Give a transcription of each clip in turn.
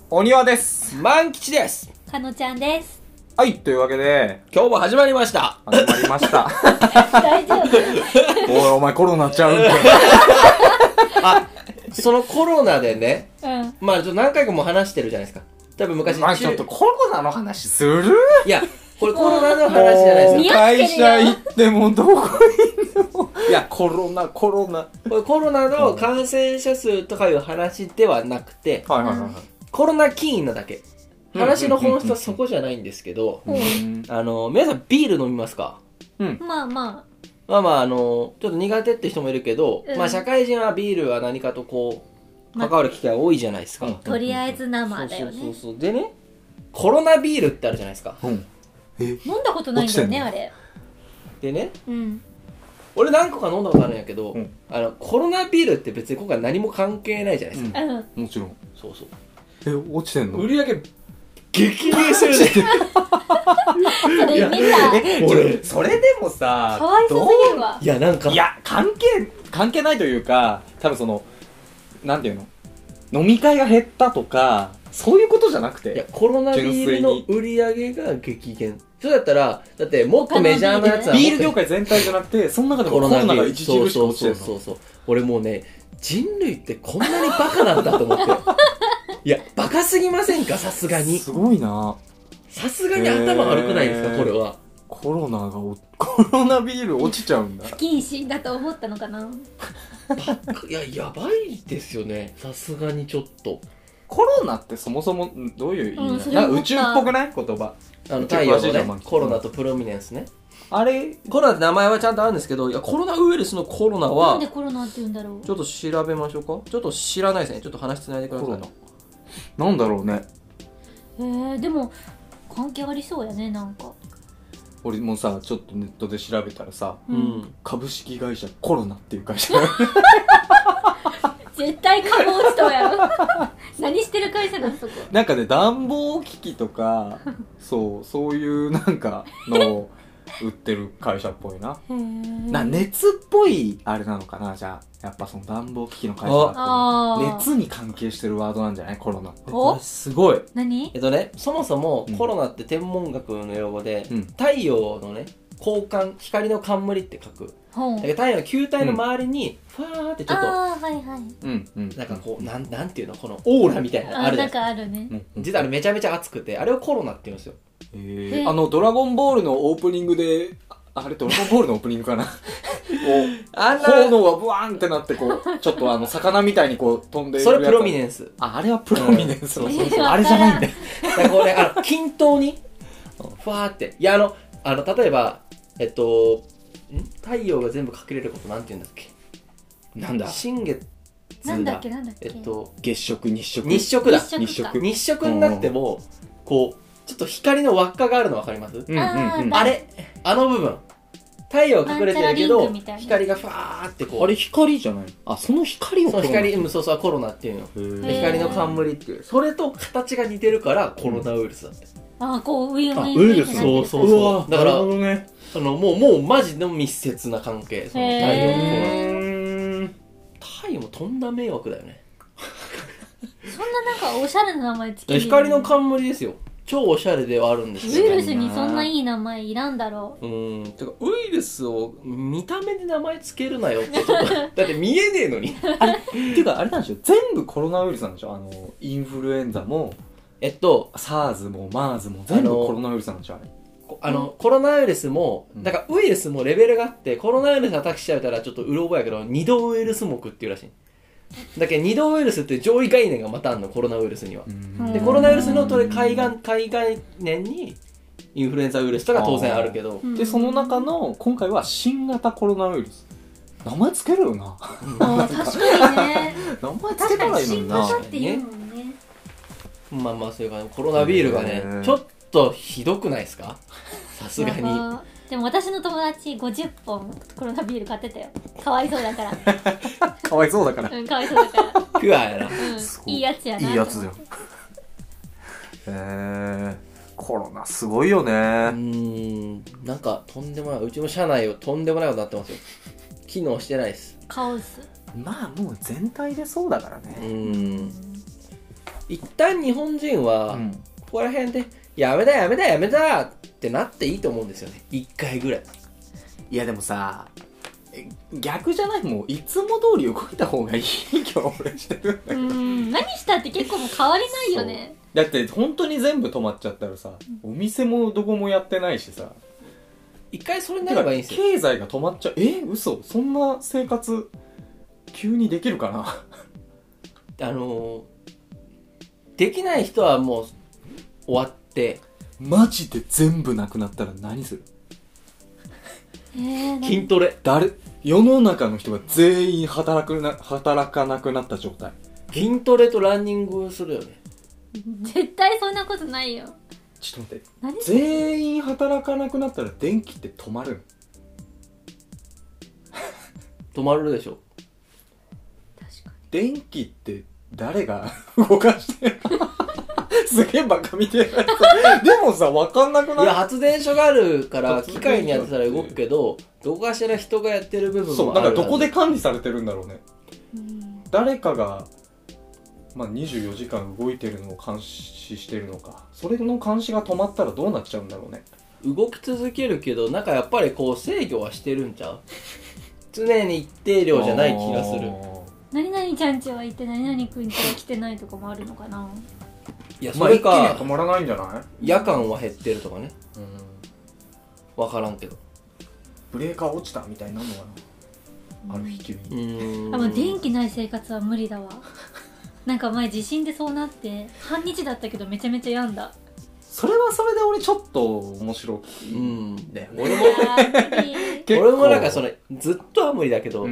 お庭です。 万吉です。 かのちゃんです。 はい、というわけで今日も始まりました。 始まりました。 大丈夫？ おい、お前コロナちゃうんか。 あ、そのコロナでね、まあちょっと何回かも話してるじゃないですか。多分昔ちょっとコロナの話する？ いや、これコロナの話じゃないですよ。 会社行ってもどこ行ってもいや、コロナこれコロナの感染者数とかいう話ではなくて、 はいはいはい、 コロナ起因なだけ。話の本質はそこじゃないんですけど、皆さんビール飲みますか？ まあまあ。ちょっと苦手って人もいるけど、まあ社会人はビールは何かとこう、関わる機会が多いじゃないですか。 とりあえず生だよね。 そう。でね、コロナビールってあるじゃないですか。 飲んだことないんだよね、あれ。 でね、俺何個か飲んだことあるんやけど、コロナビールって別に今回何も関係ないじゃないですか。 もちろん。 そう。 落ちてんの？ 売り上げ激減してるね。 それ見た。 俺それでもさ、 かわいそうすぎるわ。 いやなんか、 いや関係ないというか、多分そのなんていうの、飲み会が減ったとかそういうことじゃなくて、 いやコロナビールの売り上げが激減。そうだったら、だってもっとメジャーなやつはビール業界全体じゃなくて、その中でもコロナが著しく落ちてるの。 そう。俺もうね、人類ってこんなにバカなんだと思って。いや、バカすぎませんか、さすがに。 すごいな。さすがに頭悪くないですか、これは。 コロナビール落ちちゃうんだ。 不謹慎だと思ったのかな。 いや、やばいですよね。さすがにちょっと。 コロナってそもそもどういう意味なの？宇宙っぽくない？言葉。 太陽のね、コロナとプロミネンスね。 あれコロナって名前はちゃんとあるんですけど、いや、コロナウイルスのコロナはなんでコロナって言うんだろう。 ちょっと調べましょうか。ちょっと知らないですね。ちょっと話つないでください。 なんだろうね。 でも関係ありそうやね、なんか。 俺もさ、ちょっとネットで調べたらさ、株式会社コロナっていう会社絶対株落ちとうやろ。何してる会社なんそこ。 なんかね、暖房機器とかそういうなんかのを売ってる会社っぽいな。熱っぽいあれなのかな。じゃあやっぱその暖房機器の会社だと熱に関係してるワードなんじゃない？コロナって。 すごい。 何？ そもそもコロナって天文学の用語で、太陽のね、光環、光の冠って書く。だけど太陽の球体の周りにファーってちょっと、なんかこう、なんていうの、このオーラみたいなのあるじゃないですか。 なんかあるね。 実はあれめちゃめちゃ熱くて、あれをコロナって言うんですよ。 ドラゴンボールのオープニングで、あれドラゴンボールのオープニングかな。炎がブワーンってなってこう、ちょっと魚みたいにこう飛んでるやつ。 それプロミネンス。 あれはプロミネンス。 そうあれじゃないんだよ。 だからこれ、均等に、ふわーって。いや、例えば、太陽が全部隠れることなんて言うんだっけ？ なんだ？ 新月なんだっけ？ 月食、日食。 日食だ。 日食。 日食になっても、こう、ちょっと光の輪っかがあるの分かります？あれ、あの部分。太陽隠れてるけど、光がファーってこう。 あれ光じゃない？あ、その光をコロナ。 そう、コロナっていうの。光の冠っていう。それと形が似てるからコロナウイルスだって。 こう、ウイルス。そう。だから、もうマジの密接な関係。その太陽とコロナ。太陽もとんだ迷惑だよね。 そんななんかおしゃれな名前つける。 光の冠ですよ。超おしゃれではあるんですけど。ウイルスにそんないい名前いらんだろう。てか、ウイルスを見た目で名前つけるなよって。だって見えねえのに。 っていうか、あれなんでしょ？全部コロナウイルスなんでしょ？インフルエンザも、SARS も MERS も全部コロナウイルスなんでしょ？ コロナウイルスも、だからウイルスもレベルがあって、コロナウイルスアタックしちゃうたらちょっとうろ覚えやけど、二度ウイルス目っていうらしい。だけど二度ウイルスって上位概念がまたあるの、コロナウイルスには。で、コロナウイルスの海概念に、インフルエンザウイルスとか当然あるけど。 で、その中の、今回は新型コロナウイルス。名前つけるよな。 確かにね。 名前つけたらいいのにな。 新型っていうもんね。 そういうか、コロナビールがね、ちょっとひどくないですか？さすがに。 でも私の友達50本コロナビール買ってたよ。かわいそうだから。 かわいそうだから。 かわいそうだから。 ピュアやな。 いいやつやな。 いいやつだよ。コロナすごいよね。 なんかとんでもない。うちの社内をとんでもないことになってますよ。機能してないです。 カオス。 まあもう全体でそうだからね。 一旦日本人は、 うんここら辺でやめだやめだやめだってなっていいと思うんですよね。一回ぐらい。 いやでもさ逆じゃない？もういつも通り動いた方がいい気は俺してるんだけど。 何したって結構もう変わりないよね。 だって本当に全部止まっちゃったらさ、お店もどこもやってないしさ、 一回それになればいいんですよ。 経済が止まっちゃう。嘘、そんな生活急にできるかな。 できない人はもう終わって、 マジで全部なくなったら何する？ 筋トレ。 世の中の人が全員働かなくなった状態。 筋トレとランニングするよね。 絶対そんなことないよ。 ちょっと待って。 何全員働かなくなったら電気って止まる？ 止まるでしょ。 確か電気って誰が動かしてる？すげえバカみたいなやつ。でもさ、わかんなくない？ いや、発電所があるから発電所機械にやってたら動くけど、どこかしら人がやってる部分もある。 そう、だからどこで管理されてるんだろうね。 に。 誰かが、24時間動いてるのを監視してるのか。それの監視が止まったらどうなっちゃうんだろうね。 動き続けるけど、なんかやっぱりこう制御はしてるんちゃう？常に一定量じゃない気がする。 何々ちゃんちは行って何々くんちは来てないとかもあるのかな。 いや、 それそれか、 か、一気には止まらないんじゃない？ 夜間は減ってるとかね。わからんけど。 ブレーカー落ちたみたいになるのかな、ある日急に。 もう電気ない生活は無理だわ。なんか前地震でそうなって半日だったけどめちゃめちゃ病んだ。 それはそれで俺ちょっと面白いんだよね。 俺も結構俺もなんかそれずっとは無理だけど、 うん、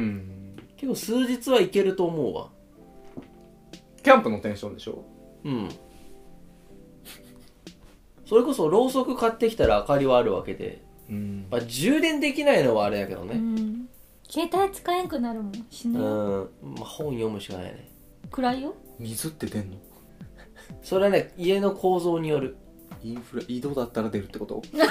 結構数日はいけると思うわ。 キャンプのテンションでしょ。 うん。それこそろうそく買ってきたら明かりはあるわけで、充電できないのはあれやけどね。 携帯使えんくなるもん。死ぬ。 本読むしかないね。 暗いよ。 水って出んの？ それはね、家の構造による。 インフラ、井戸だったら出るってこと？ いや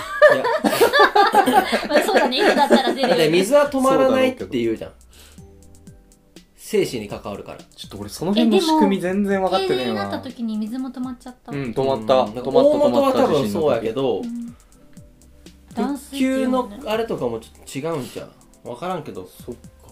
そうだね、井戸だったら出るよね。 水は止まらないって言うじゃん。生死に関わるから。 ちょっと俺その辺の仕組み全然分かってねえ停電にな。 なった時に水も止まっちゃった。 止まった。 大元は多分そうやけど、 断復旧のあれとかもちょっと違うんじゃん。分からんけど。 そっか。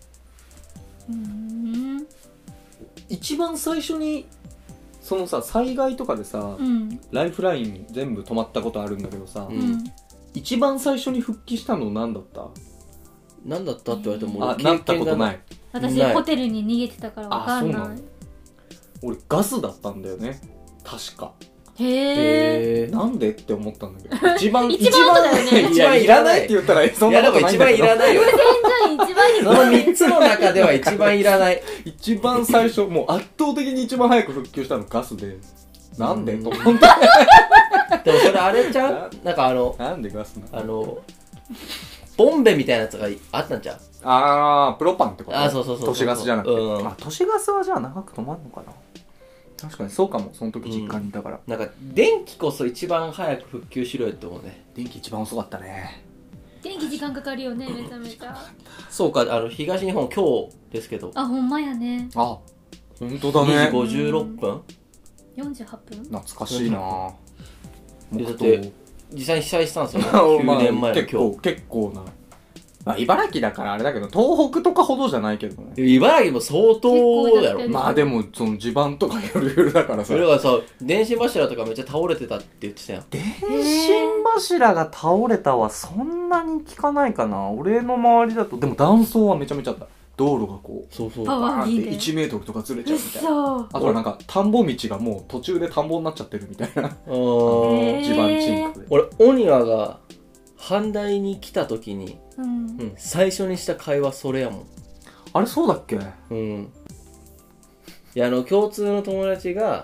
一番最初にそのさ、災害とかでさ、ライフライン全部止まったことあるんだけどさ、一番最初に復帰したの何だった？ 何だったって言われても俺なったことない。 私ホテルに逃げてたから分かんない。 俺ガスだったんだよね、確か。 へえ。なんでって思ったんだけど、一番一番だよね。 いや、いらないって言ったらそんなことないんだけど。 一番いらないよ。その3つの中では一番いらない。 一番最初、もう圧倒的に一番早く復旧したのガスで、なんでと思った。 でもそれあれちゃう？なんかなんでガスなの？ ボンベみたいなやつがあったんちゃう？ プロパンってこと？ そう。 都市ガスじゃなくて。都市ガスはじゃあ長く止まるのかな？確かにそうかも、その時実家にいたから。 なんか電気こそ一番早く復旧しろよって思うね。 電気一番遅かったね。 電気時間かかるよね、めちゃめちゃ。 そうか、東日本今日ですけど。 ほんまやね。 ほんとだね。 2時56分 48分懐かしいなぁ。 だって実際に被災したんですよね。9年前の今日。 結構な。茨城だからあれだけど、東北とかほどじゃないけどね。 茨城も相当やろ。 でも、その地盤とかゆるゆるだからさ。 それがさ、電信柱とかめっちゃ倒れてたって言ってたやん。 電信柱が倒れたはそんなに効かないかな。俺の周りだと、でも断層はめちゃめちゃあった。道路がこう、 そうバーンって1メートルとかずれちゃうみたいな。あとはなんか、田んぼ道がもう途中で田んぼになっちゃってるみたいな。地盤沈下で。 俺、オニワが、阪大に来た時に、最初にした会話それやもん。 あれそうだっけ？ いや、共通の友達が、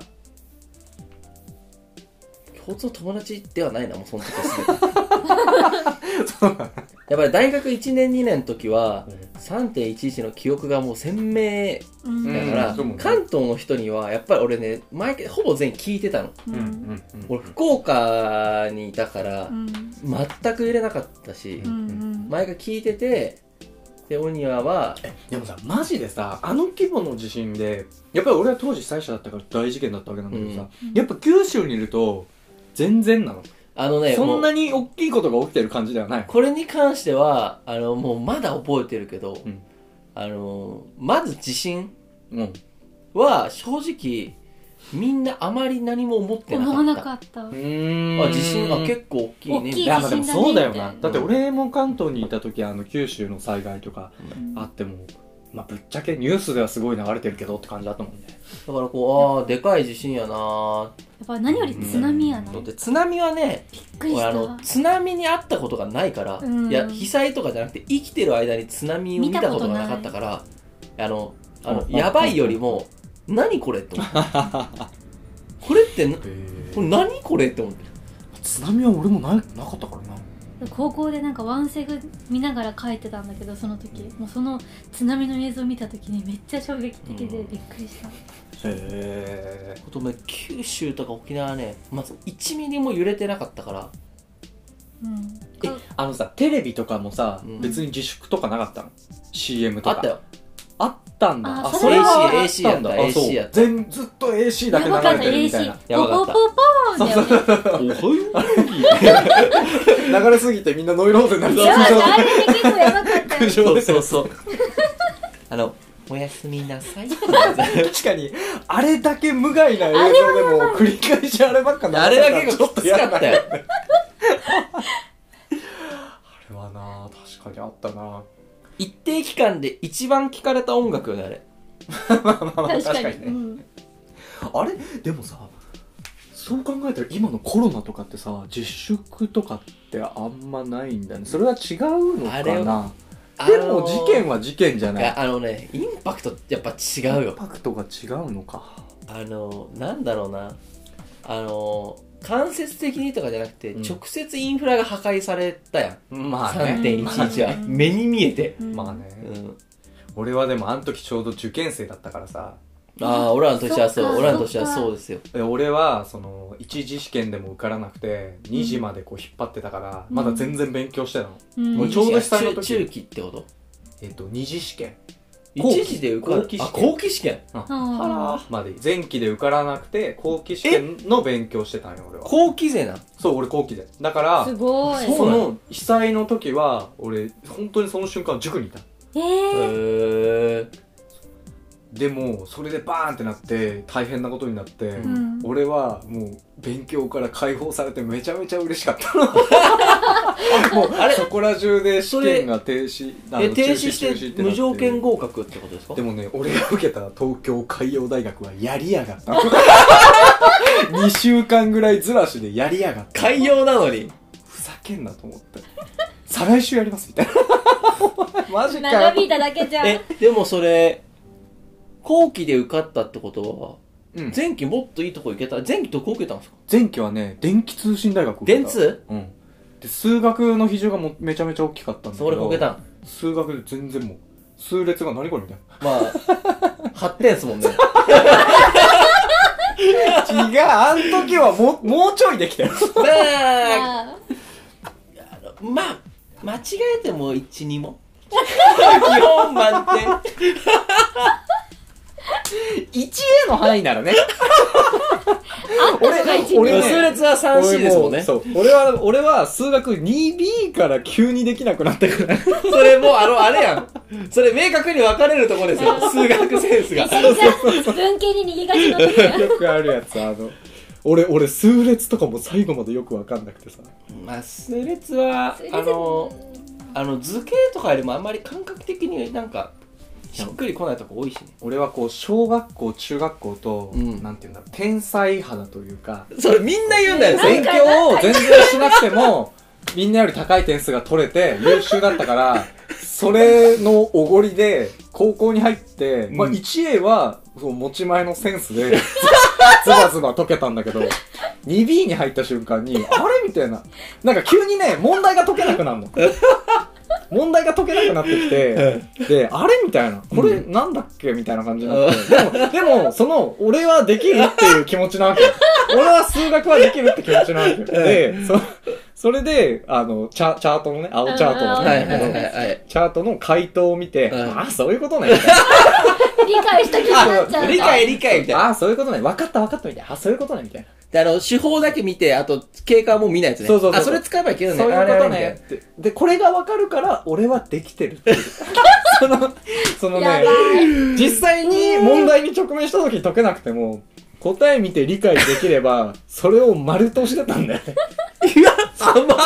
共通の友達ではないな、もうその時はすでに。やっぱり大学1年2年の時は、3.11 の記憶がもう鮮明だから、関東の人にはやっぱり俺ね、ほぼ全員聞いてたの。俺福岡にいたから、全く入れなかったし、前が聞いてて、 でオニアはでもさ、マジでさ、あの規模の地震で、やっぱり俺は当時被災者だったから大事件だったわけなんだけどさ、やっぱ九州にいると、全然なの。そんなに大きいことが起きてる感じではない。 これに関しては、もうまだ覚えてるけど、 うんまず地震うん。 は正直、みんなあまり何も思ってなかった。 思わなかった。 地震は結構大きいね。 大きいいや、まあでもそうだよな。 地震だねだって俺も関東にいた時、九州の災害とかあっても、まあぶっちゃけニュースではすごい流れてるけどって感じだったもんね。 だからこう、でかい地震やなぁ。 やっぱ何より津波やな。 だって津波はね、 びっくりした。 津波に遭ったことがないから、いや、被災とかじゃなくて生きてる間に津波を見たことがなかったから、やばいよりも、何これって思って。これってこれ何これって思って。 津波は俺もなかったからな。 高校でなんかワンセグ見ながら帰ってたんだけど、その時もうその津波の映像を見た時にめっちゃ衝撃的でびっくりした。 ことね、九州とか沖縄ね、まず1ミリも揺れてなかったから。 さ、テレビとかもさ、別に自粛とかなかったの？ CM とか。 あったよ。 あったんだ。 それは AC やった。AC やった。 ずっと AC だけ流れてるみたいな。 やばかった。 ポポポーンだよね。 流れすぎてみんなノイローゼになる。 いや、あれね結構やばかったよ。 そう。おやすみなさい。 確かに、あれだけ無害な映像でも繰り返しあればっかな。 あれだけがちょっと嫌だったよ。 あれはな、確かにあったな。 一定期間で一番聴かれた音楽よね、あれ。 確かに。 あれでもさ、そう考えたら今のコロナとかってさ、自粛とかってあんまないんだよね。それは違うのかな。でも事件は事件じゃない。 インパクトやっぱ違うよ。 インパクトが違うのか。 なんだろうな。間接的にとかじゃなくて、直接インフラが破壊されたやん。 まあね。 3.11 は。目に見えて。 まあね。俺はでもあの時ちょうど受験生だったからさ。 俺らの年はそう。俺らの年はそうですよ。 俺は、一次試験でも受からなくて、2次までこう引っ張ってたから、まだ全然勉強してたの。もうちょうど下の時。 中期ってこと？ 二次試験。 一次で受かる。後期試験。 まで前期で受からなくて、後期試験の勉強してたんよ、俺は。 後期勢な。 そう、俺後期で。だから、 すごい。 その被災の時は、俺、本当にその瞬間塾にいた。でもそれでバーンってなって大変なことになって、俺はもう勉強から解放されてめちゃめちゃ嬉しかったの。もうそこら中で試験が停止して無条件合格ってことですか？ でもね、俺が受けた東京海洋大学はやりやがった2週間ぐらいずらしでやりやがった。 海洋なのにふざけんなと思って、再来週やりますみたいな。マジか。 長引いただけじゃん。 でもそれ後期で受かったってことは、前期もっといいとこ行けた。前期どこ受けたんですか？ 前期はね、電気通信大学受けた。 電通？ で、数学の比重がめちゃめちゃ大きかったんだけど。 それこけたん？ 数学で全然もう、数列が何これみたいな。まあ、8点っすもんね。 違う、あん時はもうちょいできたよ。 まあ、間違えても1、2も。基本満点。 1A の範囲ならね。 俺数列は 3C ですもんね。 そう。俺は数学 2B から急にできなくなったから。 それもうあれやん。それ明確に分かれるとこですよ。数学センスが。 文系に逃げがちなとこや。 よくあるやつ、俺数列とかも最後までよく分かんなくてさ。 まあ、数列は、図形とかよりもあんまり感覚的になんか、しっくりこないとこ多いしね。 俺はこう小学校中学校と、なんていうんだろう、天才肌というか、 それみんな言うんだよ。 勉強を全然しなくてもみんなより高い点数が取れて優秀だったから、それのおごりで高校に入って、まあ 1A はそう持ち前のセンスでズバズバ解けたんだけど、2B に入った瞬間にあれみたいな、なんか急にね問題が解けなくなるの。問題が解けなくなってきて、で、あれみたいな。これなんだっけみたいな感じになって。でも、俺はできるっていう気持ちなわけ。俺は数学はできるって気持ちなわけ。で、 それで、チャートのね、青チャートのはいはいはいね、 はい。 チャートの回答を見て、 うんあ、そういうことね、みたいな。 理解した気になっちゃう。 理解みたいな。 あ、そういうことね、分かった、みたいな。あ、そういうことね、みたいな。 で、手法だけ見て、あと、経過はもう見ないやつね。 そうそうそうあ、それ使えばいけるね。 そういうことあれあれねって。で、これが分かるから、俺はできてるっていう。そのやねば、い。 実際に問題に直面した時解けなくても、答え見て理解できれば、それを丸としてたんだよね。 いや、あんま、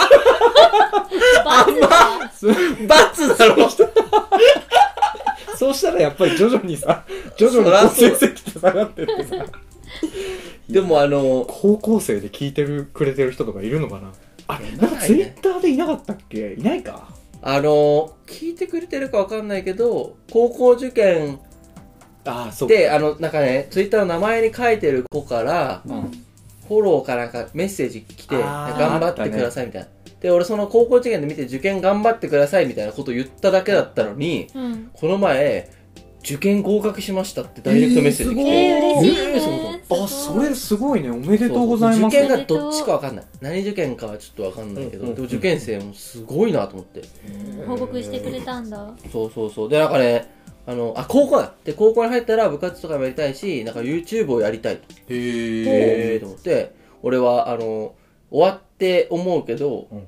罰だろ。 そうしたらやっぱり徐々にさ、徐々に成績って下がってってさ。 でも高校生で聞いてくれてる人とかいるのかな。あ、なんかツイッターでいなかったっけ？いないか。 聞いてくれてるかわかんないけど、高校受験ああ、そうで、なんかね、ツイッターの名前に書いてる子から、フォローかなんかメッセージ来て、 あー頑張ってくださいみたいな。で、俺その高校受験で見て受験頑張ってくださいみたいなこと言っただけだったのに、 うん。 この前、受験合格しましたってダイレクトメッセージ来て、 嬉しいそうね。 あ、それすごいね。おめでとうございます。 受験がどっちかわかんない。何受験かはちょっとわかんないけど、 うんでも受験生もすごいなと思って。 報告してくれたんだ。 そうそうそう。で、なんかね、高校だ。で、高校に入ったら部活とかもやりたいし、なんか YouTube をやりたいと。 へと思って、俺は、終わって思うけど、 うん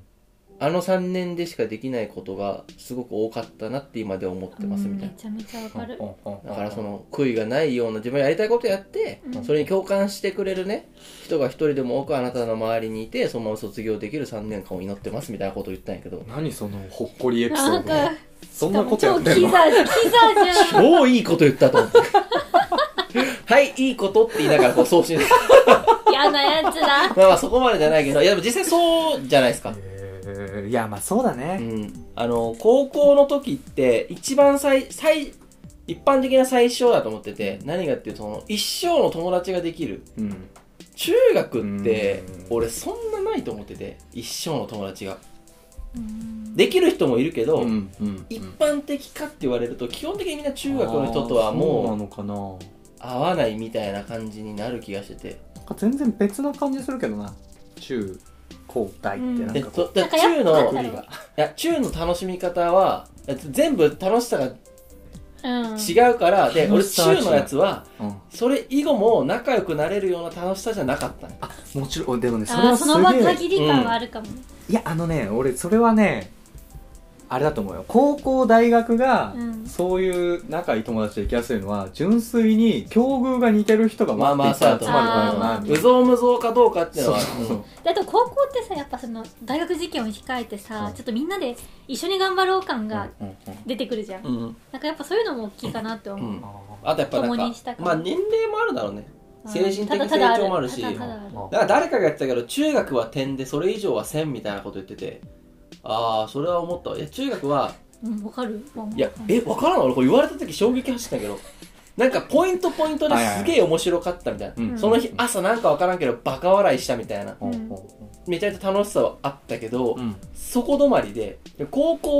3年でしかできないことがすごく多かったなって今では思ってますみたいな。 めちゃめちゃわかる。 だからその悔いがないような自分がやりたいことやって、 うんそれに共感してくれるね人が一人でも多くあなたの周りにいてそのまま卒業できる3年間を祈ってますみたいなことを言ったんやけど、 何そのほっこりエピソード。 なんか、 そんなことや超ってんの？ キザじゃん。 超いいこと言ったと思ってはいいいことって言いながらこう送信嫌なやつだ。 まあまあそこまでじゃないけど、いやでも実際そうじゃないですか。 いや、まあそうだうね。 ん、高校の時って一番一般的な最小だと思ってて、何がっていうとその一生の友達ができる。 うん。 中学ってうん俺そんなないと思ってて、一生の友達がうんできる人もいるけど、 うん。 一般的かって言われると基本的にみんな中学の人とはそうなもうのかな。 合わないみたいな感じになる気がしてて、 全然別な感じするけどな。中高大ってなんでかこう。 でなんかやっぱ中のなんだろういや中の楽しみ方は全部楽しさがうん。 違うから、で俺楽しさは違う中のやつはうんそれ以後も仲良くなれるような楽しさじゃなかったの。 もちろん、でもね、それはすあーその場げえ。 限り感はあるかも。 いや、俺、それはね、あれだと思うよ。高校、大学が、 うんそういう仲いい友達で行きやすいのは、純粋に境遇が似てる人がまあまあいっぱい集まるからそうだと思うかな。 うん無造無造かどうかっていうのはそうそうであと高校ってさ、やっぱその大学受験を控えてさ、ちょっとみんなで一緒に頑張ろう感がうんうん出てくるじゃん。 うんなんかやっぱそういうのも大きいかなって思う。 うんあとやっぱなん共にしたかかまあ年齢もあるだろうね。精神的成ただ長もあるし、 ただだかあるら誰かが言ってたけど中学は点でそれ以上は線みたいなこと言ってて、ああそれは思ったわ。いや中学はうん、わかる。 いやわからんの俺これ言われた時衝撃走ったけど、なんかポイントですげえ面白かったみたいな、 うんその日朝なんかわからんけどバカ笑いしたみたいな、 うんうんめちゃめちゃ楽しさはあったけど、 うんそこ止まりで高校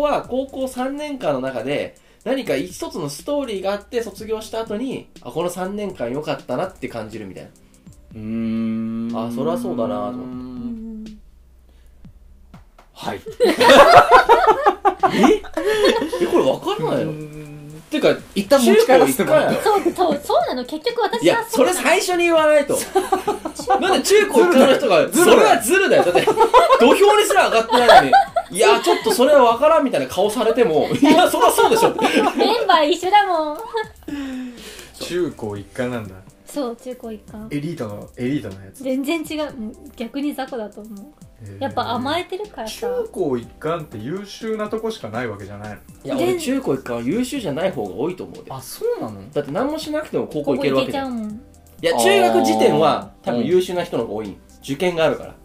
3年間の中で何か一つのストーリーがあって卒業した後にこの3年間良かったなって感じるみたいな。あそれはそうだなと思ってうんはい。 これ分からないのっていうか一旦持ち帰らせてもらって。 そうなの。結局私いやはそれ最初に言わないとなんで中高一貫の人がそれはズルだよ。だって土俵にすら上がってないのにいやちょっとそれは分からんみたいな顔されてもいやそりゃそうでしょってメンバー一緒だもん。 中高一貫なんだ。 そう、中高一貫。 エリートのやつ。 全然違う。もう逆に雑魚だと思う。やっぱ甘えてるからさ。 中高一貫って優秀なとこしかないわけじゃないの？ いや俺中高一貫は優秀じゃない方が多いと思うで。 あ、そうなの？ だって何もしなくても高校ここ行け行けるわけじゃん。 ちゃうもん。 いや中学時点は多うん分優秀な人の方が多い。受験があるから。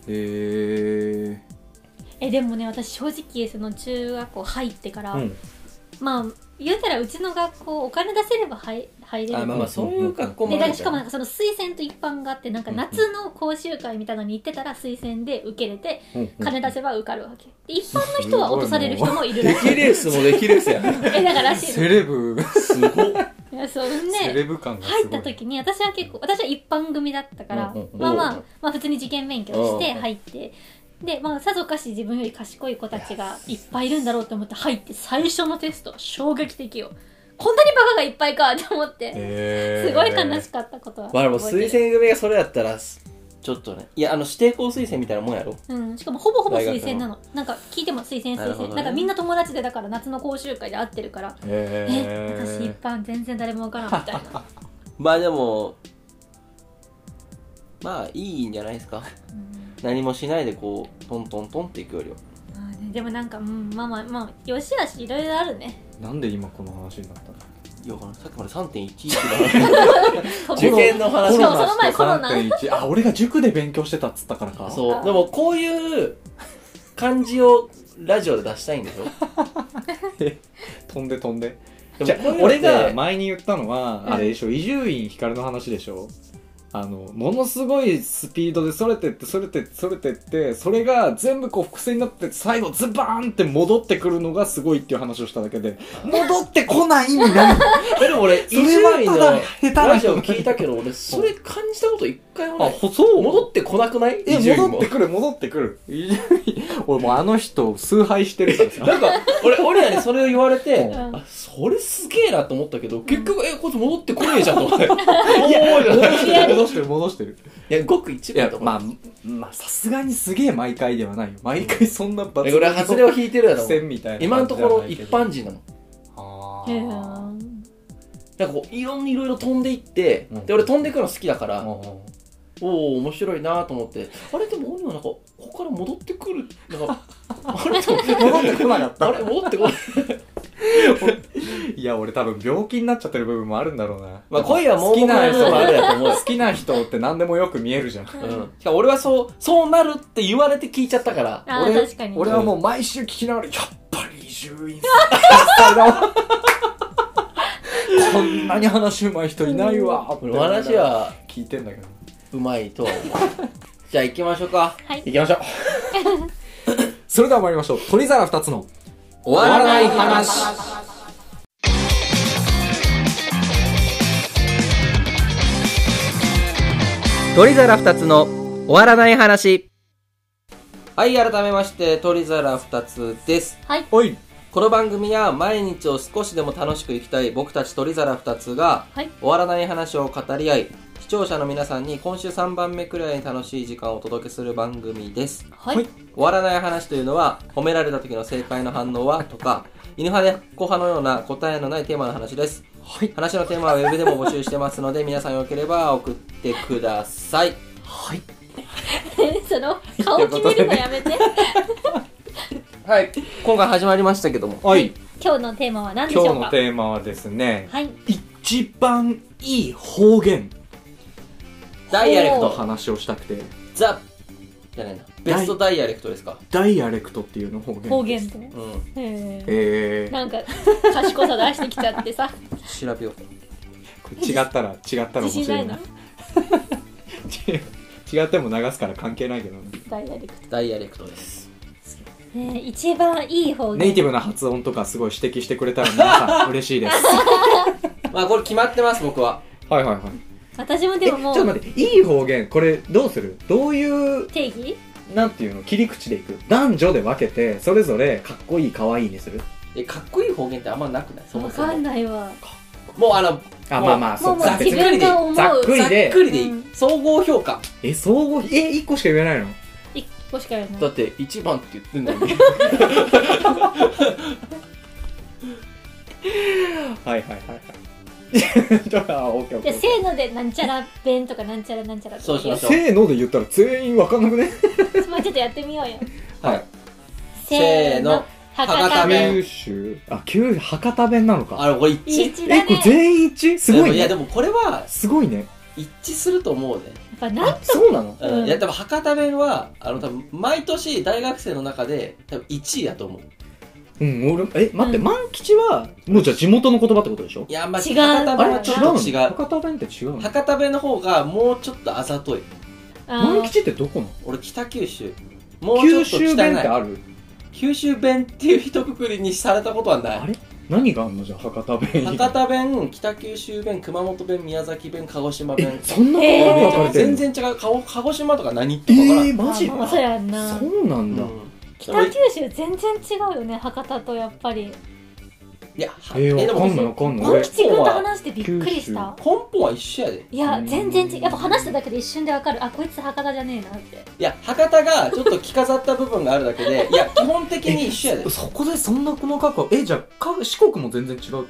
でもね、私正直その中学校入ってから、 うん。 まあ言うたらうちの学校お金出せれば入れる。 まあまあそういう学校もであるだからしかもなんかその推薦と一般があって、なんか夏の講習会みたいなのに行ってたら推薦で受けれて、金出せば受かるわけで、一般の人は落とされる人もいるらしい。 レースもできレースや。 だかららしいの。 セレブ、 すごっ。 いやそうセレね、 ブ感がすごい。 入った時に私は一般組だったから、 うんうんまあ普通に受験勉強して入って、 で、まあ、さぞかし自分より賢い子たちがいっぱいいるんだろうと思って入って最初のテスト衝撃的よ。こんなにバカがいっぱいかって思って、すごい悲しかったことは。 まあでも推薦組がそれやったらちょっとね、いや指定校推薦みたいなもんやろ。 しかもほぼほぼ推薦なの。なんか聞いても推薦推薦、 ね、 なんかみんな友達で、だから夏の講習会で会ってるから、私一般全然誰もわからんみたいな。 まあでもまあいいんじゃないですか、何もしないでこうトントントンっていくよりは。 でもなんか、まあよしあしいろいろあるね。 なんで今この話になったの？ いやさっきまで 3.11 受験の話。 しかもその前コロナ。 あ、俺が塾で勉強してたっつったからか。 そう。でもこういう感じをラジオで出したいんでしょ飛んで飛んで。 じゃあ俺が前に言ったのは、あれでしょ、伊集院光の話でしょ。ものすごいスピードでそれてって、それが全部こう伏線になって最後ズバーンって戻ってくるのがすごいっていう話をしただけで、戻ってこない意味ない。 でも俺、伊集院のラジオ聞いたけど、俺それ感じたこと一回もない。 そう？ 戻ってこなくない？ 戻ってくる。俺もうあの人崇拝してるからさ。 なんか、俺らにそれを言われて、あ、それすげえなと思ったけど、結局、こいつ戻ってこねえじゃんと思って。 戻してる。 いや、ごく一部だと思う。 まあ、さすがにすげえ毎回ではないよ。毎回そんなこれ外れを引いてるやろ。 みたいな。 今のところ一般人なの。なんかこう、いろいろ飛んでいって、で、俺飛んでいくの好きだから、面白いなと思って、あれでも俺はなんか、ここから戻ってくる、なんか、あれ戻ってこなかった。あれ戻ってこない。 いや、俺多分病気になっちゃってる部分もあるんだろうな。 まあ恋はもう好きな人もあるやと思うよ。 好きな人って何でもよく見えるじゃん。 しかも俺はそうなるって言われて聞いちゃったから。 確かに。 俺はもう毎週聞きながら、やっぱり伊集院こんなに話うまい人いないわ。 話は聞いてんだけど。 うまいとは思う。じゃあ行きましょうか。 はい。 行きましょう。それでは参りましょう。鳥皿2つの終わらない話。 鳥皿2つの終わらない話。はい、改めまして鳥皿2つです。 はい。 おい。 この番組は毎日を少しでも楽しく生きたい僕たち鳥皿2つが、終わらない話を語り合い、視聴者の皆さんに今週3番目くらいに楽しい時間をお届けする番組です。 はい。 終わらない話というのは、褒められた時の正解の反応はとか、犬派で子派のような答えのないテーマの話です。はい。話のテーマはウェブでも募集してますので、皆さんよければ送ってください。 はい。 その顔決めるのやめて。 はい。今回始まりましたけども。 はい。 今日のテーマは何でしょうか？ 今日のテーマはですね、 はい。 一番いい方言。 ダイアレクト。 話をしたくて。 ザじゃないな。ベストダイアレクトですか？ ダイアレクトっていうの方言。 方言ってね。なんか賢さ出してきちゃってさ。 調べよう。 これ違ったら面白いな。違っても流すから関係ないけどね。 ダイアレクト。 ダイアレクトです。 一番いい方言。 ネイティブな発音とかすごい指摘してくれたら皆さん嬉しいです。 まあこれ決まってます僕は。 はいはいはい。 私もでももう。 ちょっと待って、いい方言これどうする？どういう定義？ なんていうの？切り口でいく？男女で分けてそれぞれかっこいい可愛いにする？ かっこいい方言ってあんまなくない？ わかんないわ。 もうまあそうざっくりでざっくりでいい。総合評価。 総合1個しか言えないの ？1個しか言えない。 だって1番って言ってんだよね。 はいはいはいはい。じゃあオッケーオッケー。 せーのでなんちゃら弁とかなんちゃらなんちゃら。 そうしましょう。 せーので言ったら全員わかんなくね？ まあちょっとやってみようよ。 はい。 せーの。 博多弁。 博多弁なのか。 これ一致。 だね。 これ全員一致？すごいね。 いやでもこれはすごいね。 一致すると思うね。 やっぱなんと。 そうなの？ いや多分博多弁は多分毎年大学生の中で多分1位だと思う。 俺待って、万吉はもうじゃあ地元の言葉ってことでしょ？ いや博違う。 多弁はちょっと違う。 博多弁って違うの？ 博多弁の方がもうちょっとあざとい。 万吉ってどこなの？ 俺北九州。もうちょっと九州弁ってある？ 九州弁っていう一括りにされたことはない。 あれ？ 何があんのじゃあ博多弁。 博多弁、北九州弁、熊本弁、宮崎弁、鹿児島弁。 そんなこと分かれてんの？ 全然違う。鹿児島とか何言ってるか分からん。 マジ？ そうやんな。 そうなんだ。 北九州全然違うよね、博多とやっぱり。 いや、 でもわかんない。 本吉君と話してびっくりした。 根本は一緒やで。 いや、全然違う。やっぱ話しただけで一瞬でわかる。あ、こいつ博多じゃねえなって。 いや、博多がちょっと着飾った部分があるだけで、いや、基本的に一緒やで。 そこでそんな細かく、じゃあ四国も全然違うってこと？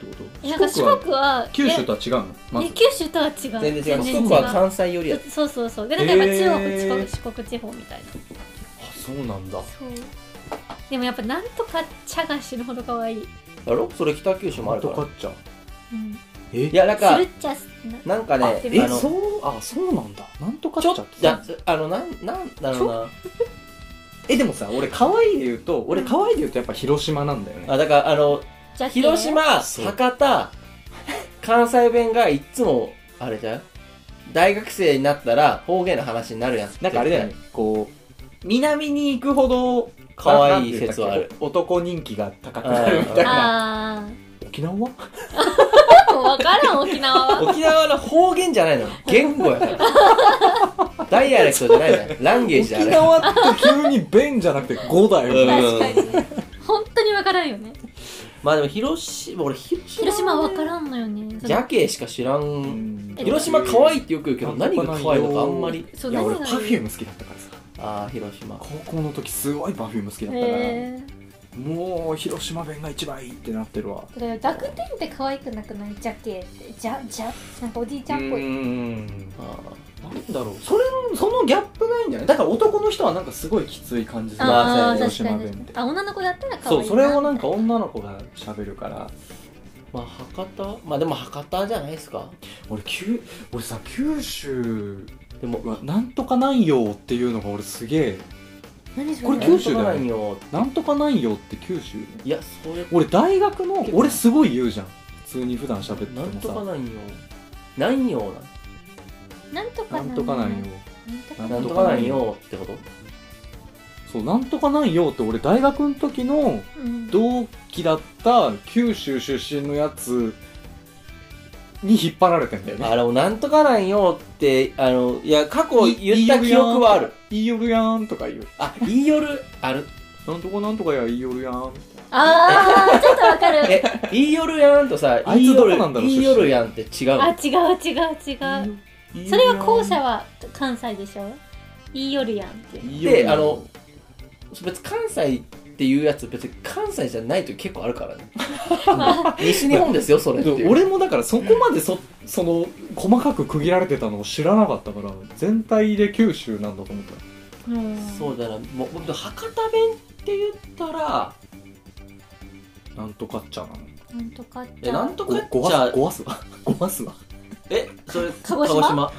なんか四国は九州とは違うの？ 九州とは違う。 全然違う。四国は関西よりや。 そうそうそう。で、なんかやっぱ四国地方みたいな。 あ、そうなんだ。そう。 でもやっぱなんとか茶が死ぬほど可愛い。 だろ？それ北九州もあるから。 なんとか茶。 いや、なんか、なんかね、 そうなんだ。なんとか茶って。 なんだろうな。 でもさ、俺可愛いで言うとやっぱ広島なんだよね。 だから広島、博多、関西弁がいつも、あれじゃん？大学生になったら方言の話になるやん。 なんかあれだよね、こう、南に行くほど、 可愛い説はある。 男人気が高くなるみたいな。沖縄は？ 分からん、沖縄は。 沖縄の方言じゃないの。言語やから。ダイアレクトじゃないの。ランゲージだ。 沖縄って急に弁じゃなくて語だよ。 確かに。本当に分からんよね。 まあでも広島分からんのよね。 ジャケしか知らん。広島可愛いってよく言うけど、何が可愛いのかあんまり。 いや、俺パフューム好きだったからさ。 広島。 高校の時すごいパフューム好きだったから、もう広島弁が一番いいってなってるわ。 だから濁点って可愛くなくない？ジャケってなんかおじいちゃんっぽい。 なんだろう、そのギャップがいいんじゃない？だから男の人はなんかすごいきつい感じする。広島弁って。 女の子だったら可愛いな。 そう、それをなんか女の子が喋るから。 まあ博多、でも博多じゃないですか。 俺さ、九州でもなんとかなんよっていうのが俺すげえ。 何それ？ これ九州だよ。なんとかなんよって九州？ いや、それ俺大学の俺すごい言うじゃん。普通に普段喋っててもさ。 なんとかなんよ。なんよなんとかなんよ。 なんとかなんよってこと？ そう、なんとかなんよって俺大学の時の同期だった九州出身のやつに引っ張られてんだよね。 なんとかなんよって、いや、過去言った記憶はある。 言いよるやんとか言う。 言いよる、ある。 なんとかなんとかや言いよるやん。ちょっとわかる。 言いよるやんとさ、 言いよるやんって違う。 違う。それは後者は関西でしょ？言いよるやんって。 で、別に関西っていうやつ別に関西じゃないと結構あるからね。西日本ですよ、それっていう。 俺もだからそこまでその細かく区切られてたのを知らなかったから、全体で九州なんだと思った。 そうだな。もう博多弁って言ったらなんとかっちゃなの。 なんとかっちゃ。 なんとかっちゃ。 ごわすわ。 それ鹿児島。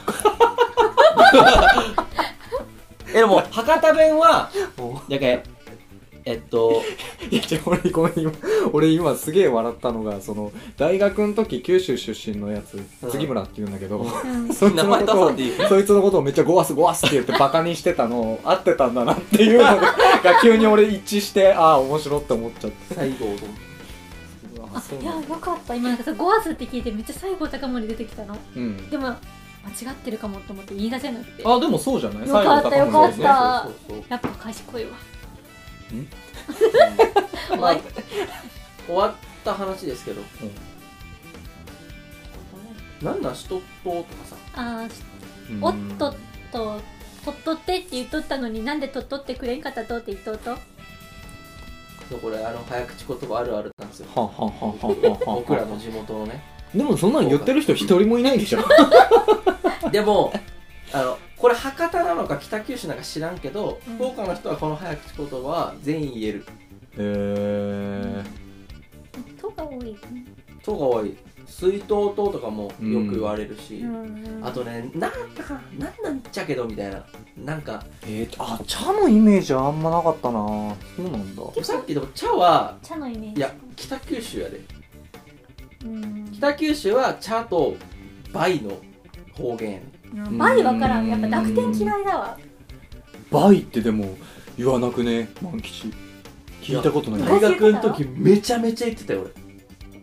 でも博多弁はだけいや俺今すげえ笑ったのが、その大学の時九州出身のやつ、杉村って言うんだけど、そいつのことをめっちゃゴワスって言ってバカにしてたの合ってたんだなっていうのが急に俺一致して、面白って思っちゃって。 西郷いや、よかった。今なんかゴワスって聞いてめっちゃ西郷隆盛出てきたの。でも間違ってるかもと思って言い出せなくて。 でもそうじゃない？ よかった。やっぱ賢いわ。 終わった話ですけど、なんだしとっととかさ、 おっとっととっとってって言っとったのに、なんでとっとってくれんかったとって言っとっと。 これ早口言葉あるあるなんですよ。僕らの地元のね。 でもそんなの言ってる人一人もいないでしょ。 でもこれ博多なのか北九州なんか知らんけど、福岡の人はこの早口言葉は全員言える。 とが多い。 とが多い。水筒とかもよく言われるし、あとね、なんなんちゃけどみたいな、なんか茶のイメージはあんまなかったな。そうなんだ。 さっきでも茶は茶のイメージ、 いや北九州やで。北九州は茶と倍の方言やね。 倍わからん。やっぱ濁点嫌いだわ。 倍ってでも言わなくね、万吉。聞いたことない。 大学の時めちゃめちゃ言ってたよ俺。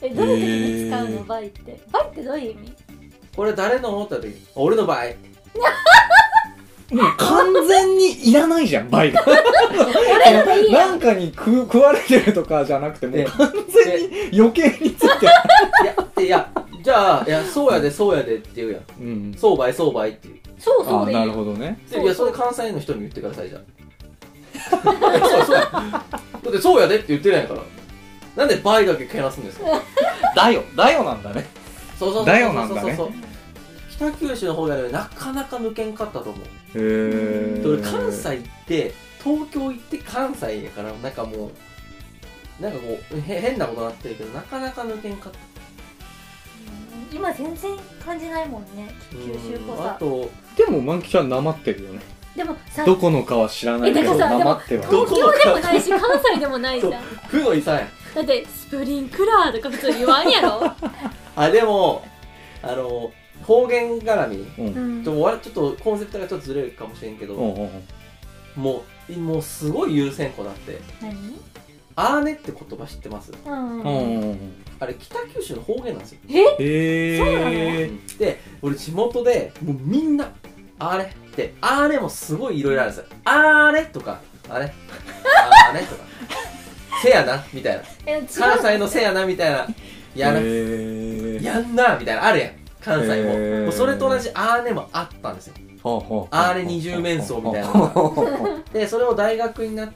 どういう時に使うのバイって。バイってどういう意味？ これ誰のって言った時、俺の場合。 もう完全にいらないじゃん、バイが。 俺のいいやなんかに食われてるとかじゃなくて、もう完全に余計についてる。 いや、じゃあ、いや、そうやで、そうやでって言うやん。 うん。 そうばい、そうばいっていう。 ああ、 そうそうでいい。 なるほどね。 いや、それ関西の人に言ってください、じゃあ。そうや。だって、そうやでって言ってないから。なんで倍だけけなすんですか？ だよなんだね。 そうだよなんだね。 北九州の方がね、なかなか抜けんかったと思う。 へ俺関西行って東京行って関西やから、なんかもうなんかこう変なことになってるけど、なかなか抜けんかった。 今全然感じないもんね、九州っぽさ。 あとでもマンキちゃんなまってるよね。 でもさ、 どこのかは知らないけどなまっては。 東京でもないし関西でもないじゃん。 負の遺産や。 だってスプリンクラーとか普通言わんやろ。 あ、でも方言絡み、ちょっとコンセプトがちょっとずれるかもしれんけど、もうすごい許せん子だって。 何？ あーねって言葉知ってます？あれ北九州の方言なんですよ。 そうなの？ で、俺地元でもうみんなあれってあれもすごいいろいろあるんですよ。あれとかあれとかせやなみたいな、関西のせやなみたいな、やんなみたいなあるやん。関西もうそれと同じあーねもあったんですよ。あれ二重面相みたいなのがで、それを大学になって、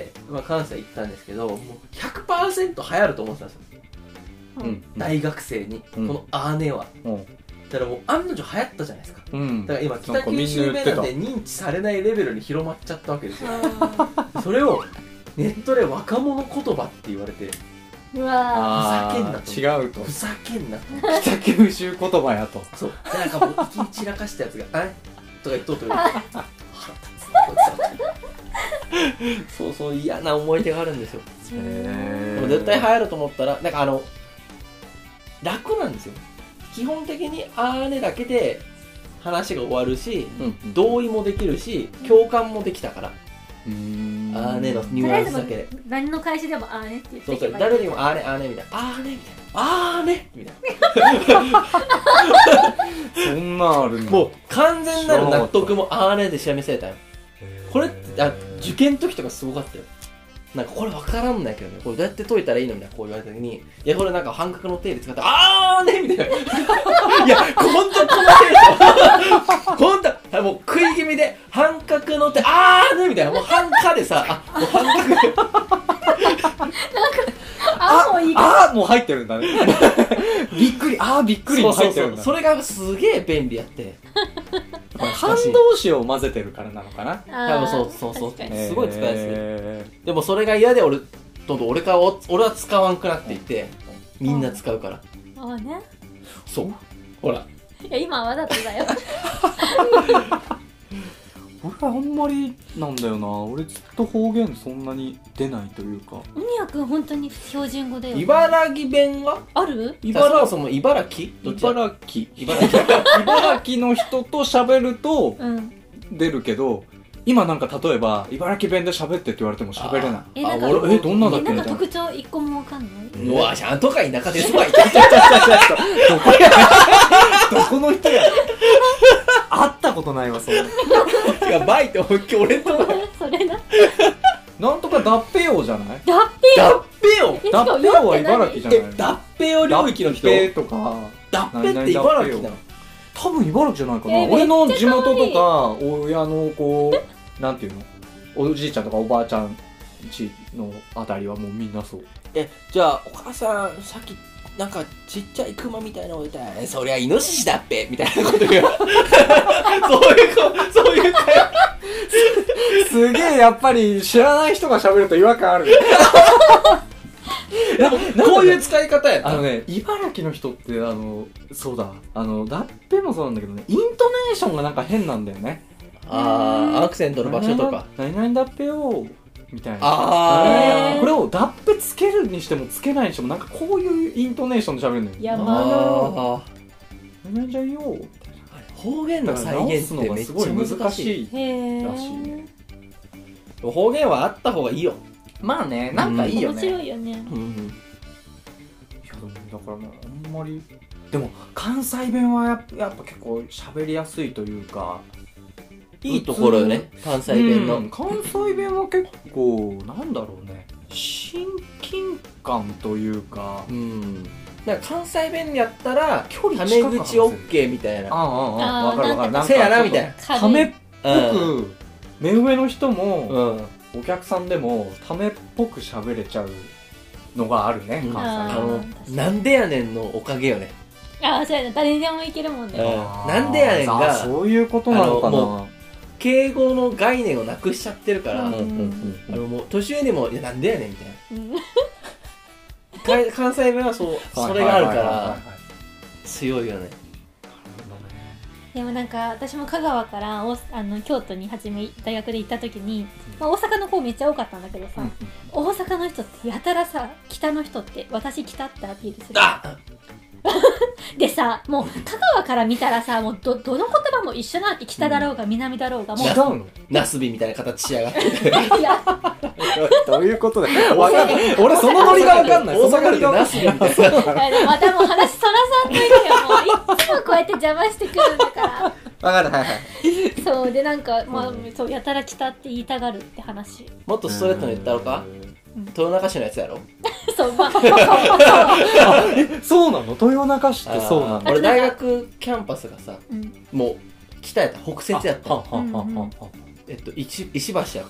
関西行ったんですけど、もう 100% 流行ると思ってたんですよ、大学生に、このあーねは。だからもう案の定流行ったじゃないですか。だから今北九州弁なんて認知されないレベルに広まっちゃったわけですよ。それをネットで若者言葉って言われて、 うわふざけんなと。 違うと。 ふざけんなと。 北九州言葉やと。 そう。で、なんかもう一日散らかしたやつが、あれとか言っとるとそう嫌な思い出があるんですよ。でも絶対流行ると思ったら、なんか楽なんですよ。基本的にあーねだけで話が終わるし、同意もできるし、共感もできたから。あーねのニュアンスだけで。 何の会社でもあーねって言ってそう誰にもあーねみたいな。あーねみたいな。あーねみたいな。 そんなんあるんだ。 もう完全なる納得もあーねで示せたよ。これって受験の時とかすごかったよ。なんかこれ分からんないけどね、これどうやって解いたらいいのみたいなこう言われた時に、いやこれなんか半角の定理使ってあーねみたいな。いやほんとこのテンションほんともう食い気味で半角の手あーねみたいな、もう半角でさ、もう半角でもう入ってるんだね。びっくりも入ってるんだ。 それがすげえ便利やって。 反動詞を混ぜてるからなのかな。 多分そうすごい使いやすい。でもそれが嫌で俺は使わんくなっていて、みんな使うから。 ああね。 そうほら、 いや今はわざとだよ。 俺あんまりなんだよな。俺ずっと方言そんなに出ないというか。 うにやくん本当に標準語だよ、ね。 茨城弁はある？ そも茨城茨城の人と喋ると出るけど、今なんか例えば茨城弁で喋ってって言われても喋れない。俺どんなだっけ？ なんか特徴一個もわかんない？ うわ、ちゃんとか田舎ですわい。 どこの人や。会ったことないわそれ。 いやバイって俺とそれな。 なんとか脱皮王じゃない？ 脱皮王は茨城じゃない？ 脱皮王領域の人とか脱皮って茨城なの？ 多分茨城じゃないかな。俺の地元とか親のこうなんていうの、おじいちゃんとかおばあちゃん家のあたりはもうみんなそう。 じゃあお母さんさっきなんかちっちゃいクマみたいなの置いたら、そりゃイノシシだっぺみたいなこと言う。そういう会話。 すげえやっぱり知らない人が喋ると違和感ある。 でもこういう使い方やな。 茨城の人ってそうだ、脱皮もそうなんだけどね、イントネーションがなんか変なんだよね。 アクセントの場所とか。 何々脱皮をみたいな。これを脱皮つけるにしてもつけないにしてもなんかこういうイントネーションで喋るんだよ。 山何々じゃよ。 方言の再現ってめっちゃ難しいらしいね。 方言はあった方がいいよ。 まあね、なんかいいよね。 面白いよね。 いやでどね。だからね、あんまりでも関西弁はやっぱ結構喋りやすいというか、 いいところよね、関西弁の、 関西弁は結構なんだろうね、親近感というか、 なんか関西弁やったら距離タ近くメ口 OK みたいな、 わかるわかる、なんかせやなみたいな、 ためっぽく、目上の人も、 うん、 お客さんでもためっぽく喋れちゃうのがあるね、関西弁。 なんでやねんのおかげよね。 ああ、そうやな、誰にでもいけるもんね。 なんでやねんがそういうことなのかな。 敬語の概念をなくしちゃってるから、もう年上にも「いやなんでやねん」みたいな、関西弁はそれがあるから強いよね。 でもなんか私も香川から京都に初め大学で行った時に、大阪の子めっちゃ多かったんだけどさ、大阪の人ってやたらさ、北の人って私北ってアピールするでさ、もう香川から見たらさ、もうどの言葉も一緒なわけ。北だろうが南だろうが、もう違うの？ ナスビみたいな形しやがっていやどういうことだよ。俺そのノリが分かんない。 大阪でナスビみたいなまたもう話そらさんといてよ。もういつもこうやって邪魔してくるんだから分かる、はいはい。 そうで、なんか、そうやたら北って言いたがるって話。 もっとストレートに言ったろか、豊中市のやつやろ。 そう、 そうなの？豊中市ってそうなの？ 俺大学キャンパスがさ、もう北やった、北摂やった、石橋やから、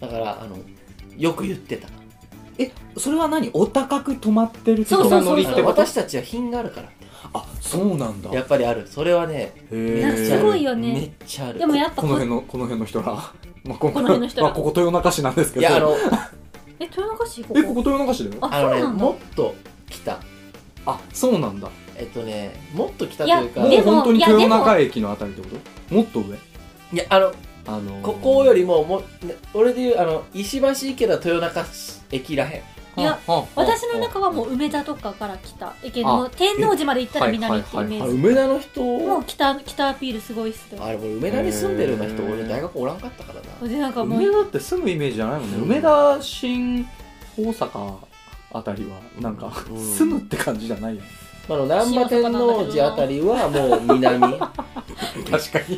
だからよく言ってた。 それは何？お高く泊まってる的なノリってこと？ 私たちは品があるから。 あ、そうなんだ。 やっぱりある。それはね、 すごいよね。 めっちゃある。 でもやっぱこの辺の人ら、ここ豊中市なんですけど。 いや豊中市？ ここ豊中市だよ。 もっと北。 あ、そうなんだ。 もっと北というか、 もう本当に豊中駅のあたりってこと？もっと上？ いや、ここよりも俺でいう石橋池田豊中駅らへん。 いや、私の中はもう梅田とかから来た。けど天王寺まで行ったら南ってイメージ。 梅田の人もう北アピールすごいっすよ。 あれ、俺梅田に住んでるような人、俺大学おらんかったからな。 でなんかもう梅田って住むイメージじゃないもんね。梅田新大阪あたりはなんか住むって感じじゃないよね。 難波天王寺あたりはもう南。 確かに。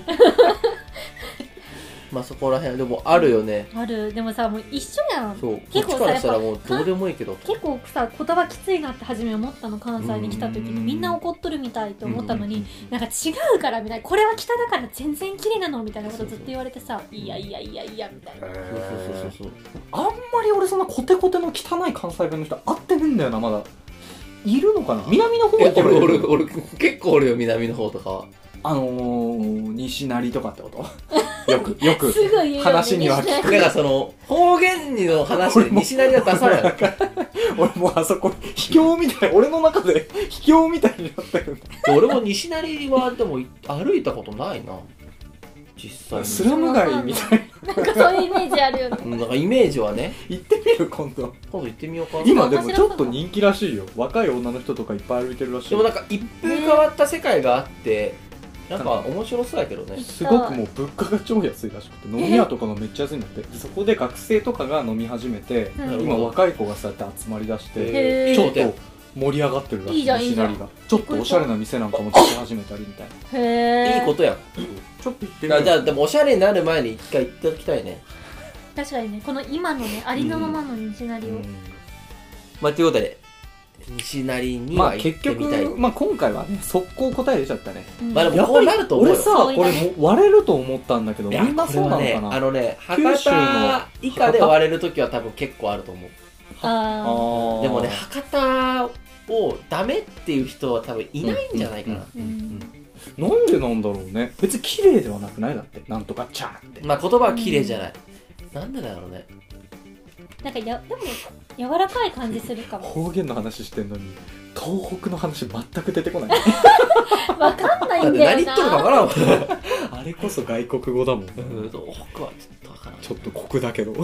そこら辺でもあるよね。 ある。でもさ、もう一緒やん。 そう。結構からしたらもうどうでもいいけど。 結構さ、言葉きついなって初め思ったの、関西に来た時に。みんな怒っとるみたいと思ったのに、なんか違うからみたいな、これは北だから全然綺麗なのみたいなことずっと言われてさ、いやみたいな。 そう。あんまり俺そんなコテコテの汚い関西弁の人会ってねえんだよな、まだ。いるのかな？南の方って俺結構おるよ、南の方とかは。 西成とかってことよく話には聞く。 だからその方言の話で西成は出さない。 俺もうあそこ秘境みたい、俺の中で秘境みたいになってる。 俺も西成はでも歩いたことないな、実際。 スラム街みたいな。なんかそういうイメージあるよね。 なんかイメージはね。 行ってみる、今度行ってみようか。 今でもちょっと人気らしいよ。若い女の人とかいっぱい歩いてるらしい。 でもなんか一風変わった世界があって、なんか面白そうやけどね。 すごくもう物価が超安いらしくて、飲み屋とかがめっちゃ安いんだって。そこで学生とかが飲み始めて、今若い子がそうやって集まりだして、ちょっと盛り上がってるらしい。西成がちょっとおしゃれな店なんかも出し始めたりみたいな。 いいことや。 ちょっと行ってみよう。 じゃあでもおしゃれになる前に一回行っておきたいね。 確かにね、この今のね、ありのままの西成を。 ということで西成には行ってみたい。 結局今回はね、速攻答え出ちゃったね。 でもこうなると思うよ。 俺さ、これ割れると思ったんだけど、みんなそうなのかな。 博多以下で割れるときは多分結構あると思う。でもね、博多をダメっていう人は多分いないんじゃないかな。 なんでなんだろうね。別に綺麗ではなくない？だってなんとかちゃーって。 言葉は綺麗じゃない。なんでだろうね。 なんかでも柔らかい感じするかも。 方言の話してんのに東北の話全く出てこない。 わかんないんだよな。 何言ってるかわからん。 あれこそ外国語だもん。 東北はちょっとわからん。 ちょっと酷だけど。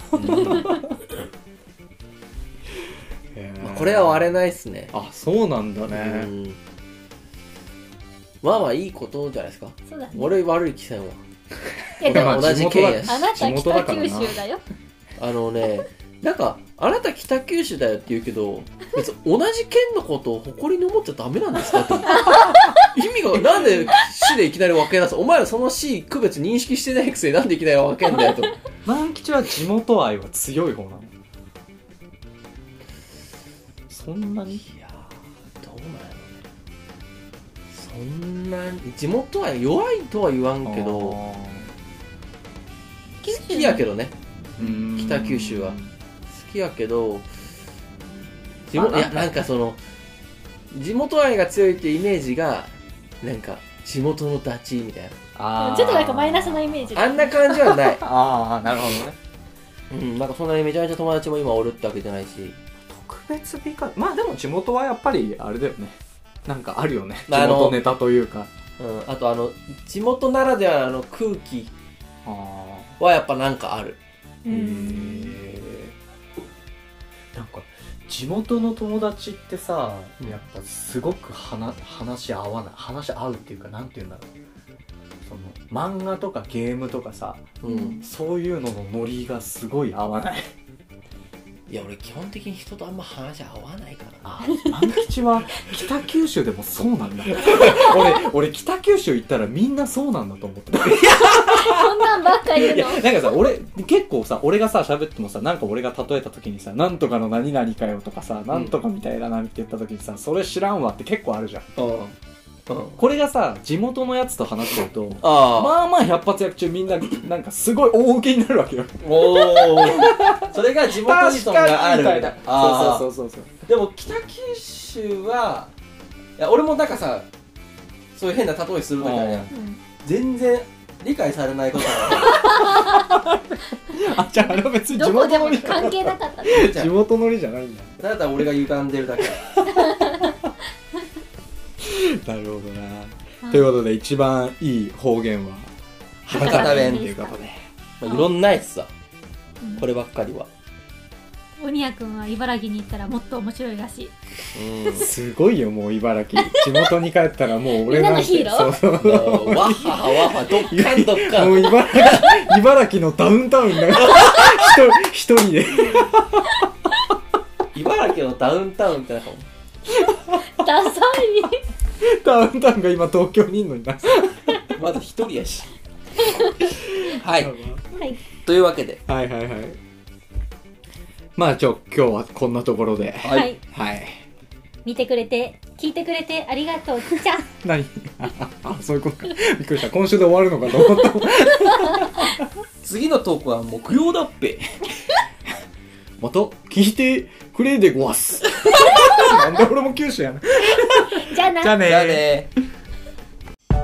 これは割れないっすね。 あ、そうなんだね。 いいことじゃないですか。 そうだね。 俺悪い気せんわ。 でも同じ県やし。 あなた北九州だよ。 なんかあなた北九州だよって言うけど、別に同じ県のことを誇りに思っちゃダメなんですかって。意味が、なんで市でいきなり分け出す、お前らその市区別認識してないくせになんでいきなり分けんだよと。 万吉は地元愛は強い方なの？そんなに？ いやー、どうなんやろね。そんなに、地元愛弱いとは言わんけど、好きやけどね。北九州は好きやけど、いやなんかその地元愛が強いっていうイメージがなんか地元のダチみたいな、 ちょっとなんかマイナスなイメージあんな感じはない。 ああ、なるほどね。 うん、なんかそんなにめちゃめちゃ友達も今おるってわけじゃないし、 特別美化、まあでも地元はやっぱりあれだよね、なんかあるよね、地まあ元ネタというか。 あと地元ならではの空気はやっぱなんかある。 なんか地元の友達ってさ、やっぱすごく話合うっていうか、なんていうんだろう、その漫画とかゲームとかさ、そういうののノリがすごい合わない。 いや俺基本的に人とあんま話合わないからな。 万吉は北九州でもそうなんだ。俺北九州行ったらみんなそうなんだと思ってた。 そんなんばっか言うの。 いやなんかさ、結構さ、俺がさ喋ってもさ、なんか俺が例えた時にさ、なんとかの何々かよとかさ、なんとかみたいだなって言った時にさ、それ知らんわって結構あるじゃん。これがさ、地元のやつと話してると、まあまあ百発百中みんななんかすごい大受けになるわけよ。 おーそれが地元人があるみたいな。 そうそう。 でも北九州は、いや俺もなんかさ、そういう変な例えするときはね、全然理解されないことあじゃああれは別に地どこでも元のり関係なかったね。 地元のりじゃないんだ。 だったら俺が歪んでるだけ。 なるほどな。ということで一番いい方言は博多弁ということで、 まあ、いろんなやつさ、こればっかりは。 鬼谷くんは茨城に行ったらもっと面白いらしい。 すごいよ、もう茨城地元に帰ったらもう俺なんてみんなのヒーロー。 そうわっははわっはどっかんどっかん。 もう茨城のダウンタウンだよ。一人で茨城のダウンタウンってなんかもダサい。 ダウンタウンが今東京にいんのにな。 まだ一人やし。はい。 はい。 というわけで、 はい。まあ今日はこんなところで。 はい。 はい。 見てくれて、聞いてくれてありがとう。じゃあ。 何そういうことか。びっくりした。今週で終わるのかと思った。 次のトークは木曜だっぺ。 また聞いてくれでごわす。なんで俺も九州やな。 じゃあな。 じゃあねー。 じゃあねー。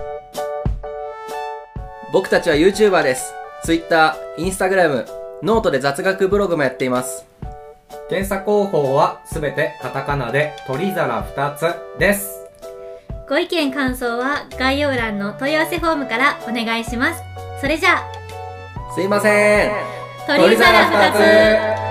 僕たちは YouTuber です。Twitter、Instagram、ノートで雑学ブログもやっています。 検査方法はすべてカタカナで鳥皿2つです。 ご意見感想は概要欄の問い合わせフォームからお願いします。それじゃあ、 すいません。 鳥皿2つ。